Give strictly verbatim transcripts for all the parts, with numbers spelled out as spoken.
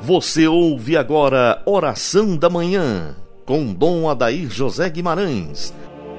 Você ouve agora Oração da Manhã, com Dom Adair José Guimarães.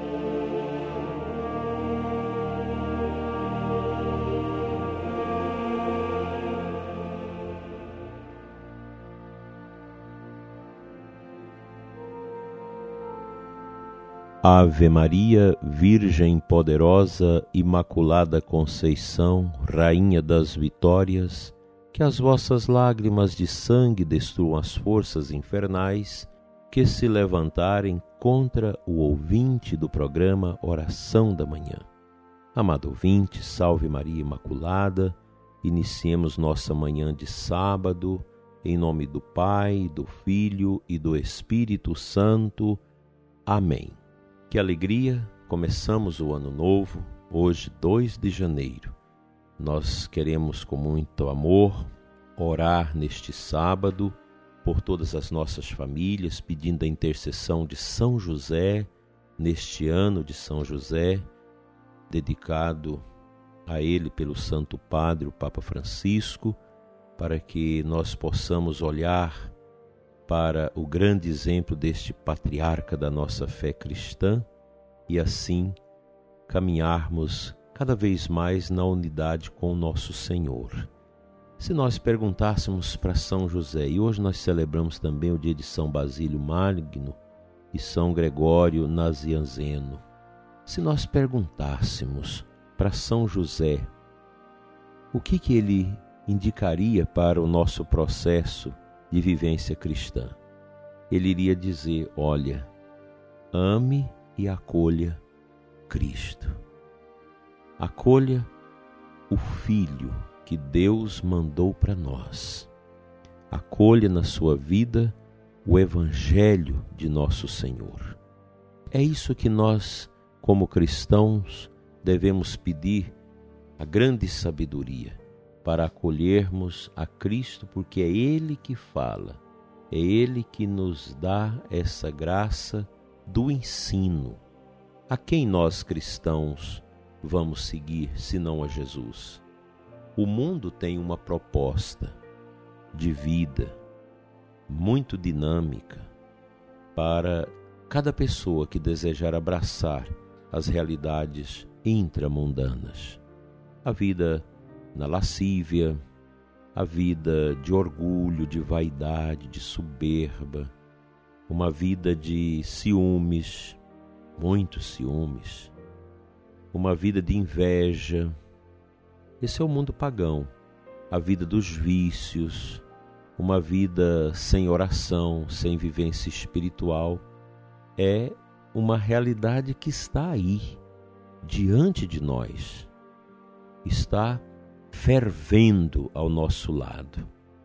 Ave Maria, Virgem poderosa, Imaculada Conceição, Rainha das Vitórias, que as vossas lágrimas de sangue destruam as forças infernais que se levantarem contra o ouvinte do programa Oração da Manhã. Amado ouvinte, salve Maria Imaculada, iniciemos nossa manhã de sábado, em nome do Pai, do Filho e do Espírito Santo. Amém. Que alegria, começamos o ano novo, hoje, dois de janeiro. Nós queremos, com muito amor, orar neste sábado por todas as nossas famílias, pedindo a intercessão de São José, neste ano de São José, dedicado a ele pelo Santo Padre, o Papa Francisco, para que nós possamos olhar para o grande exemplo deste patriarca da nossa fé cristã e assim caminharmos cada vez mais na unidade com o nosso Senhor. Se nós perguntássemos para São José, e hoje nós celebramos também o dia de São Basílio Magno e São Gregório Nazianzeno, se nós perguntássemos para São José o que, que ele indicaria para o nosso processo de vivência cristã, ele iria dizer: olha, ame e acolha Cristo. Acolha o Filho que Deus mandou para nós. Acolha na sua vida o Evangelho de nosso Senhor. É isso que nós, como cristãos, devemos pedir a grande sabedoria para acolhermos a Cristo, porque é Ele que fala, é Ele que nos dá essa graça do ensino. A quem nós cristãos vamos seguir, senão a Jesus? O mundo tem uma proposta de vida muito dinâmica para cada pessoa que desejar abraçar as realidades intramundanas. A vida na lascívia, a vida de orgulho, de vaidade, de soberba, uma vida de ciúmes, muitos ciúmes, uma vida de inveja. Esse é o mundo pagão, a vida dos vícios, uma vida sem oração, sem vivência espiritual, é uma realidade que está aí, diante de nós, está fervendo ao nosso lado.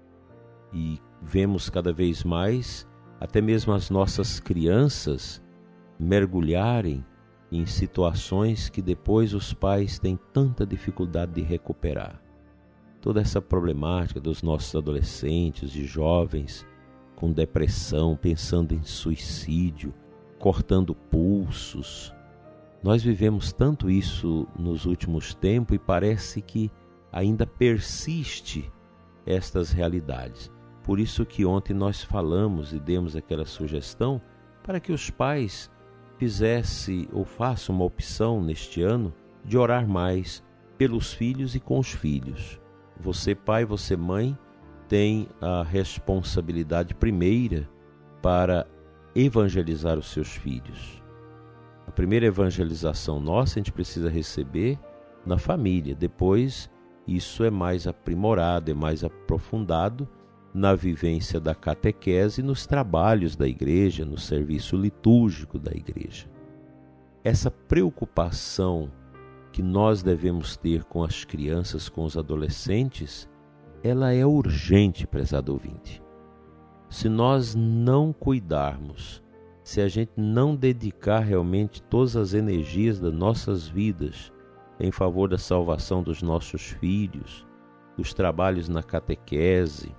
E vemos cada vez mais, até mesmo as nossas crianças mergulharem em situações que depois os pais têm tanta dificuldade de recuperar. Toda essa problemática dos nossos adolescentes e jovens com depressão, pensando em suicídio, cortando pulsos. Nós vivemos tanto isso nos últimos tempos e parece que ainda persiste estas realidades. Por isso que ontem nós falamos e demos aquela sugestão para que os pais fizessem ou façam uma opção neste ano de orar mais pelos filhos e com os filhos. Você pai, você mãe, tem a responsabilidade primeira para evangelizar os seus filhos. A primeira evangelização nossa a gente precisa receber na família, depois isso é mais aprimorado, é mais aprofundado na vivência da catequese e nos trabalhos da igreja, no serviço litúrgico da igreja. Essa preocupação que nós devemos ter com as crianças, com os adolescentes, ela é urgente, prezado ouvinte. Se nós não cuidarmos, se a gente não dedicar realmente todas as energias das nossas vidas em favor da salvação dos nossos filhos, dos trabalhos na catequese,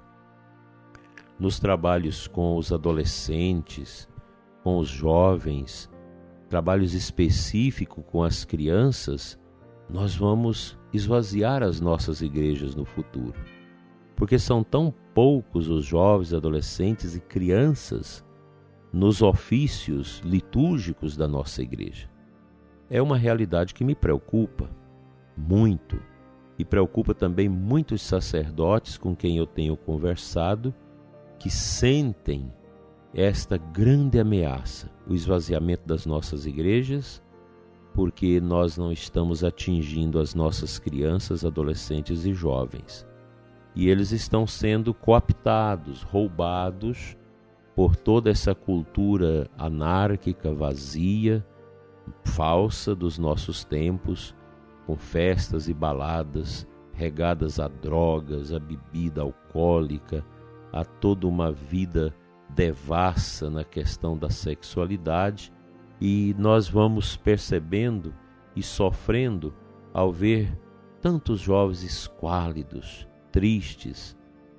nos trabalhos com os adolescentes, com os jovens, trabalhos específicos com as crianças, nós vamos esvaziar as nossas igrejas no futuro. porque são tão poucos os jovens, adolescentes e crianças nos ofícios litúrgicos da nossa igreja. É uma realidade que me preocupa muito e preocupa também muitos sacerdotes com quem eu tenho conversado, que sentem esta grande ameaça, o esvaziamento das nossas igrejas, porque nós não estamos atingindo as nossas crianças, adolescentes e jovens. E eles estão sendo cooptados, roubados por toda essa cultura anárquica, vazia, falsa dos nossos tempos, com festas e baladas regadas a drogas, a bebida alcoólica, a toda uma vida devassa na questão da sexualidade, e nós vamos percebendo e sofrendo ao ver tantos jovens esquálidos, tristes,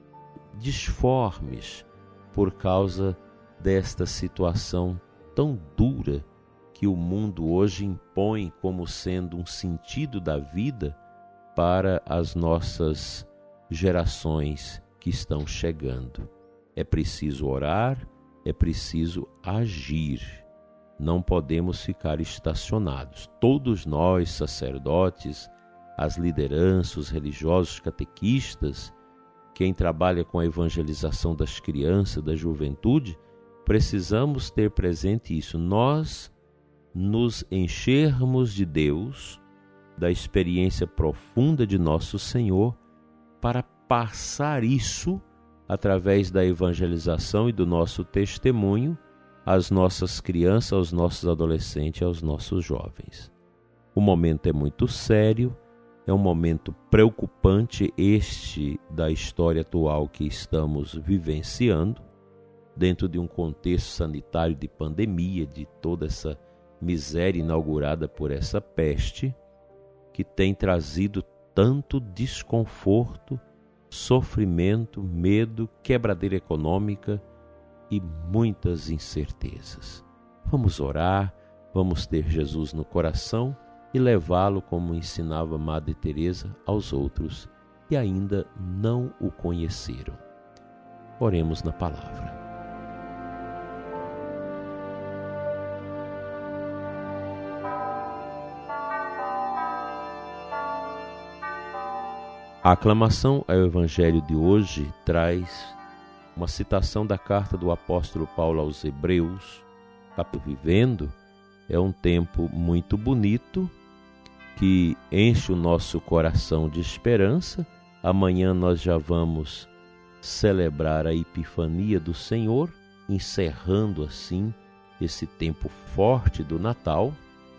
disformes, por causa desta situação tão dura que o mundo hoje impõe como sendo um sentido da vida para as nossas gerações que estão chegando. É preciso orar, é preciso agir. Não podemos ficar estacionados. Todos nós, sacerdotes, as lideranças, os religiosos, catequistas, quem trabalha com a evangelização das crianças, da juventude, precisamos ter presente isso. Nós nos enchermos de Deus, da experiência profunda de nosso Senhor, para passar isso através da evangelização e do nosso testemunho às nossas crianças, aos nossos adolescentes e aos nossos jovens. O momento é muito sério, é um momento preocupante este da história atual que estamos vivenciando, dentro de um contexto sanitário de pandemia, de toda essa miséria inaugurada por essa peste, que tem trazido tanto desconforto, sofrimento, medo, quebradeira econômica e muitas incertezas. Vamos orar, vamos ter Jesus no coração e levá-lo, como ensinava Madre Teresa, aos outros que ainda não o conheceram. Oremos na palavra. A aclamação ao Evangelho de hoje traz uma citação da carta do apóstolo Paulo aos Hebreus. Está vivendo é um tempo muito bonito que enche o nosso coração de esperança. Amanhã nós já vamos celebrar a Epifania do Senhor, encerrando assim esse tempo forte do Natal.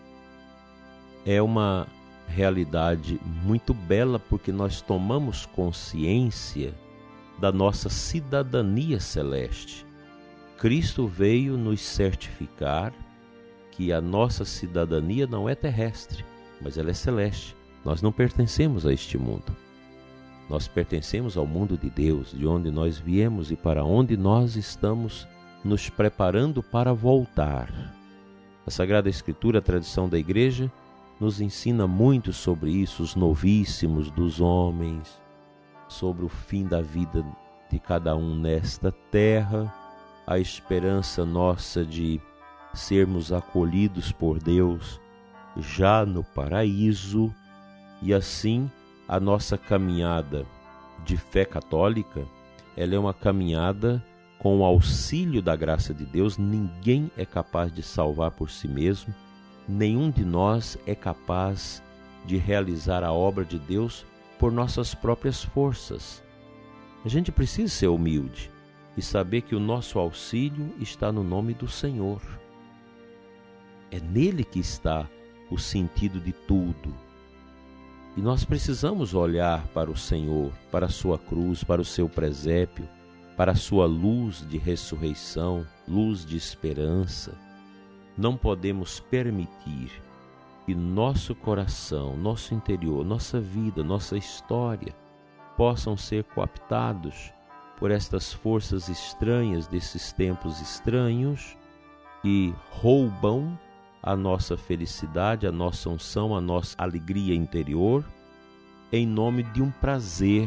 É uma realidade muito bela, porque nós tomamos consciência da nossa cidadania celeste. Cristo veio nos certificar que a nossa cidadania não é terrestre, mas ela é celeste. Nós não pertencemos a este mundo. Nós pertencemos ao mundo de Deus, de onde nós viemos e para onde nós estamos nos preparando para voltar. A Sagrada Escritura, a tradição da Igreja, nos ensina muito sobre isso, os novíssimos dos homens, sobre o fim da vida de cada um nesta terra, a esperança nossa de sermos acolhidos por Deus já no paraíso, e assim a nossa caminhada de fé católica, ela é uma caminhada com o auxílio da graça de Deus. Ninguém é capaz de salvar por si mesmo. Nenhum de nós é capaz de realizar a obra de Deus por nossas próprias forças. A gente precisa ser humilde e saber que o nosso auxílio está no nome do Senhor. É nele que está o sentido de tudo. E nós precisamos olhar para o Senhor, para a sua cruz, para o seu presépio, para a sua luz de ressurreição, luz de esperança. Não podemos permitir que nosso coração, nosso interior, nossa vida, nossa história possam ser cooptados por estas forças estranhas desses tempos estranhos que roubam a nossa felicidade, a nossa unção, a nossa alegria interior, em nome de um prazer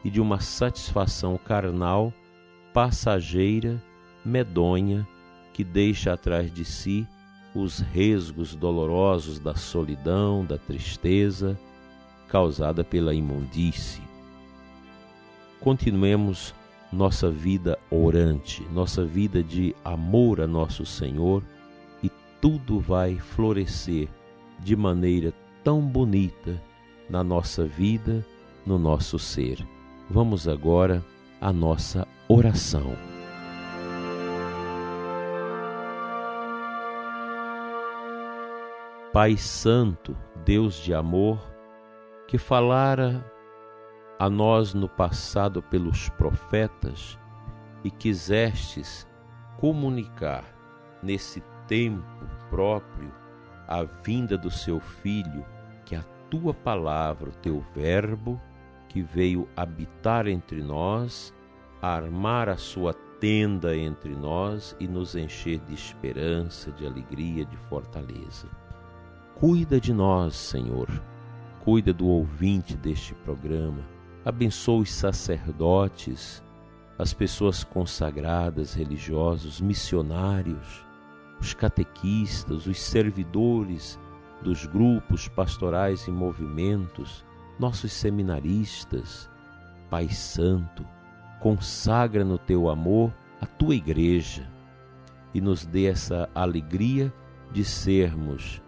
e de uma satisfação carnal, passageira, medonha, que deixa atrás de si os resgos dolorosos da solidão, da tristeza, causada pela imundície. Continuemos nossa vida orante, nossa vida de amor a nosso Senhor, e tudo vai florescer de maneira tão bonita na nossa vida, no nosso ser. Vamos agora à nossa oração. Pai Santo, Deus de amor, que falara a nós no passado pelos profetas e quisestes comunicar nesse tempo próprio a vinda do seu Filho, que a tua palavra, o teu verbo, que veio habitar entre nós, armar a sua tenda entre nós e nos encher de esperança, de alegria, de fortaleza. Cuida de nós, Senhor, cuida do ouvinte deste programa, abençoa os sacerdotes, as pessoas consagradas, religiosos, missionários, os catequistas, os servidores dos grupos pastorais e movimentos, nossos seminaristas. Pai Santo, consagra no teu amor a tua igreja e nos dê essa alegria de sermos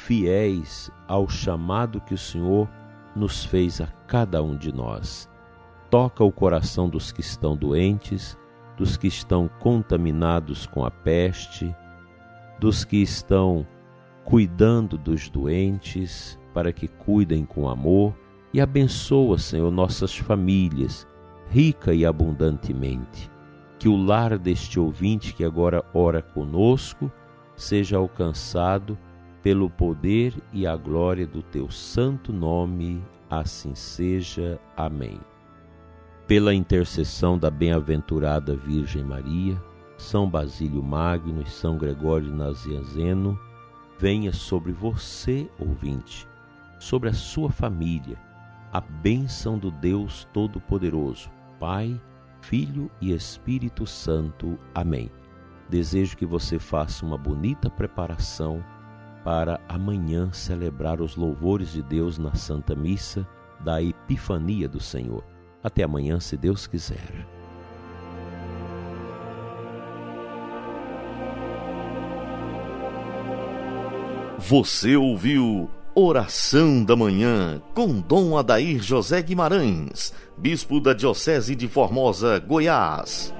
fiéis ao chamado que o Senhor nos fez a cada um de nós. Toca o coração dos que estão doentes, dos que estão contaminados com a peste, dos que estão cuidando dos doentes, para que cuidem com amor, e abençoa, Senhor, nossas famílias, rica e abundantemente. Que o lar deste ouvinte que agora ora conosco seja alcançado pelo poder e a glória do teu santo nome, assim seja. Amém. Pela intercessão da bem-aventurada Virgem Maria, São Basílio Magno e São Gregório Nazianzeno, venha sobre você, ouvinte, sobre a sua família, a bênção do Deus Todo-Poderoso, Pai, Filho e Espírito Santo. Amém. Desejo que você faça uma bonita preparação para amanhã celebrar os louvores de Deus na Santa Missa da Epifania do Senhor. Até amanhã, se Deus quiser. Você ouviu Oração da Manhã com Dom Adair José Guimarães, Bispo da Diocese de Formosa, Goiás.